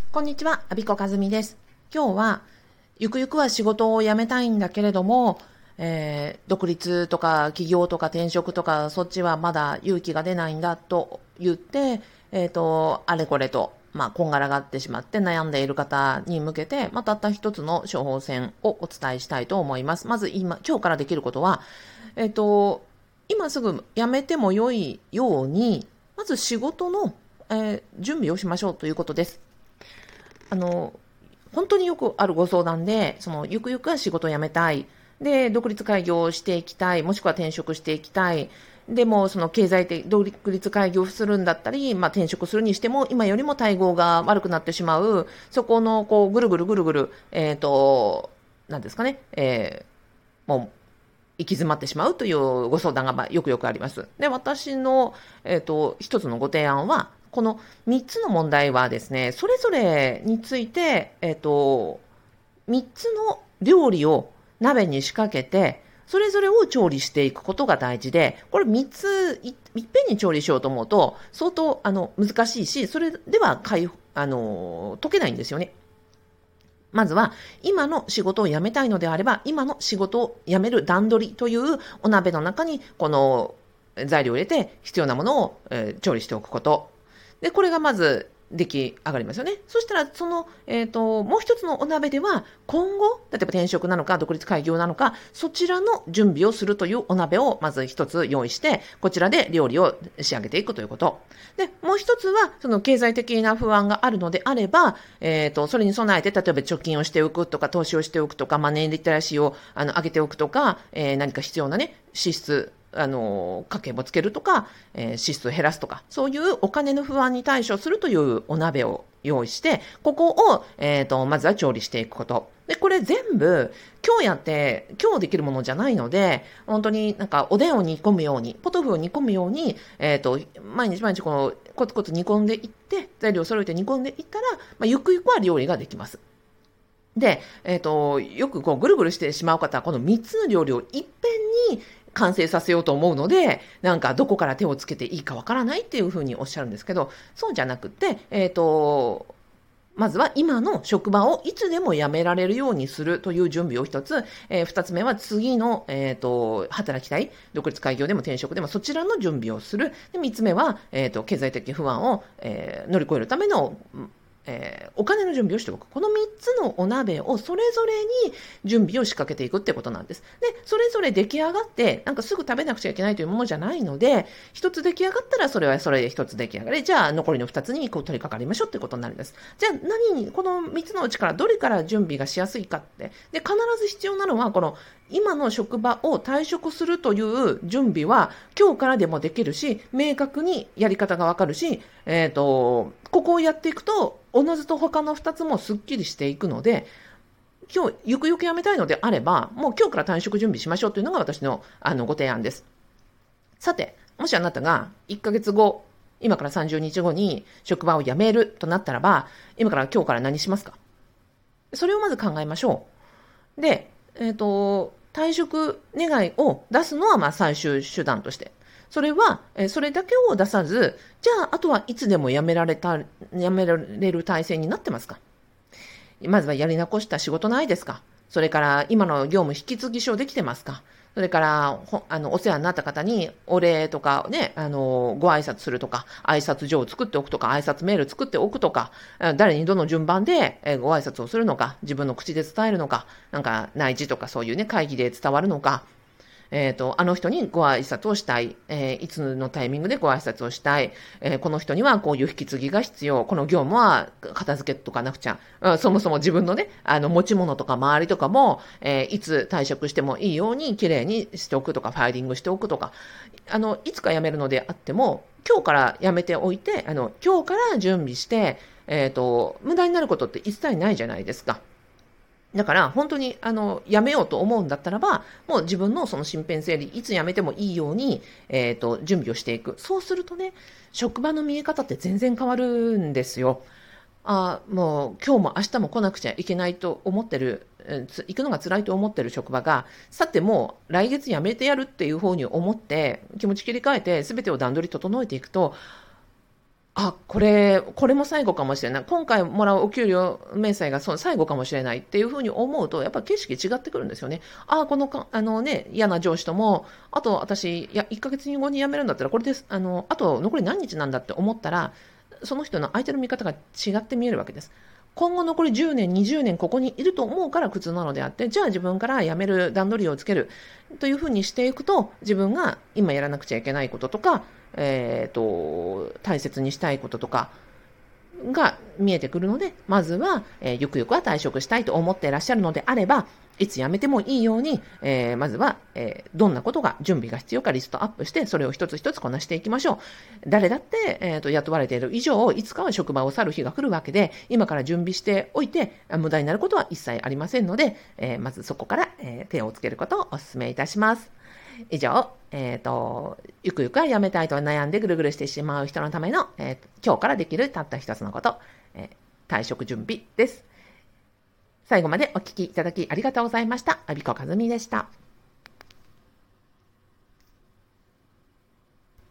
こんにちは、阿比子和美です。今日は、ゆくゆくは仕事を辞めたいんだけれども、独立とか起業とか転職とか、そっちはまだ勇気が出ないんだと言って、あれこれと、こんがらがってしまって悩んでいる方に向けて、たった一つの処方箋をお伝えしたいと思います。まず今日からできることは、今すぐ辞めても良いように、まず仕事の、準備をしましょうということです。本当によくあるご相談で、ゆくゆくは仕事を辞めたい。で、独立開業をしていきたい。もしくは転職していきたい。でも、経済的、独立開業するんだったり、転職するにしても、今よりも待遇が悪くなってしまう。そこの、ぐるぐるぐるぐる、なんですかね、もう、行き詰まってしまうというご相談がよくよくあります。で、私の、一つのご提案は、この3つの問題はですね、それぞれについて、3つの料理を鍋に仕掛けて、それぞれを調理していくことが大事で、これ3ついっぺんに調理しようと思うと、相当難しいし、それでは解けないんですよね。まずは、今の仕事を辞めたいのであれば、今の仕事を辞める段取りというお鍋の中に、この材料を入れて必要なものを、調理しておくこと。で、これがまず出来上がりますよね。そしたら、もう一つのお鍋では、今後、例えば転職なのか、独立開業なのか、そちらの準備をするというお鍋をまず一つ用意して、こちらで料理を仕上げていくということ。で、もう一つは、その経済的な不安があるのであれば、それに備えて、例えば貯金をしておくとか、投資をしておくとか、マネーリテラシーを上げておくとか、何か必要なね、支出、家計簿つけるとか、支出を減らすとか、そういうお金の不安に対処するというお鍋を用意して、ここを、まずは調理していくこと。で、これ全部、今日できるものじゃないので、本当になんかおでんを煮込むように、ポトフを煮込むように、毎日毎日コツコツ煮込んでいって、材料を揃えて煮込んでいったら、ゆくゆくは料理ができます。で、よくぐるぐるしてしまう方は、この3つの料理をいっぺんに完成させようと思うので、なんかどこから手をつけていいかわからないっていうふうにおっしゃるんですけど、そうじゃなくて、まずは今の職場をいつでも辞められるようにするという準備を一つ、二つ目は次の、働きたい、独立開業でも転職でもそちらの準備をする。で、三つ目は、経済的不安を、乗り越えるためのお金の準備をしておく。この3つのお鍋をそれぞれに準備を仕掛けていくってことなんです。で、それぞれ出来上がって、なんかすぐ食べなくちゃいけないというものじゃないので、一つ出来上がったらそれはそれで一つ出来上がり、じゃあ残りの2つに取り掛かりましょうってことになるんです。じゃあこの3つのうちからどれから準備がしやすいかって。で、必ず必要なのは、この今の職場を退職するという準備は今日からでもできるし、明確にやり方がわかるし、ここをやっていくと、おのずと他の2つもスッキリしていくので、今日、ゆくゆく辞めたいのであれば、もう今日から退職準備しましょうというのが私の、ご提案です。さて、もしあなたが1ヶ月後、今から30日後に職場を辞めるとなったらば、今日から何しますか？それをまず考えましょう。で、退職願を出すのは最終手段として。それは、それだけを出さず、じゃあ、あとはいつでも辞められる体制になってますか？まずはやり残した仕事ないですか？それから今の業務引き継ぎ書できてますか？それから、お世話になった方にお礼とかね、ご挨拶するとか、挨拶状を作っておくとか、挨拶メール作っておくとか、誰にどの順番でご挨拶をするのか、自分の口で伝えるのか、なんか内示とかそういうね、会議で伝わるのか、あの人にご挨拶をしたい、いつのタイミングでご挨拶をしたい、この人にはこういう引き継ぎが必要、この業務は片付けとかなくちゃ、そもそも自分のね、持ち物とか周りとかも、いつ退職してもいいようにきれいにしておくとか、ファイリングしておくとか、いつか辞めるのであっても、今日から辞めておいて、今日から準備して、無駄になることって一切ないじゃないですか。だから本当に辞めようと思うんだったらば、もう自分のその身辺整理、いつ辞めてもいいように、準備をしていく。そうするとね、職場の見え方って全然変わるんですよ。もう今日も明日も来なくちゃいけないと思ってる、行くのが辛いと思ってる職場が、さてもう来月辞めてやるっていう方に思って、気持ち切り替えて全てを段取り整えていくと、 これも最後かもしれない。今回もらうお給料明細がその最後かもしれないっていうふうに思うと、やっぱり景色違ってくるんですよね。このか、嫌な上司とも、あと私、1ヶ月後に辞めるんだったら、これです、あと残り何日なんだって思ったら、その人の相手の見方が違って見えるわけです。今後残り10年、20年ここにいると思うから苦痛なのであって、じゃあ自分から辞める段取りをつけるというふうにしていくと、自分が今やらなくちゃいけないこととか、大切にしたいこととかが見えてくるので、まずは、ゆくゆくは退職したいと思っていらっしゃるのであれば、いつ辞めてもいいように、まずは、どんなことが準備が必要かリストアップして、それを一つ一つこなしていきましょう。誰だって、雇われている以上、いつかは職場を去る日が来るわけで、今から準備しておいて、無駄になることは一切ありませんので、まずそこから、手をつけることをお勧めいたします。以上、ゆくゆくはやめたいと悩んでぐるぐるしてしまう人のための、今日からできるたった一つのこと、退職準備です。最後までお聞きいただきありがとうございました。阿比子和美でした。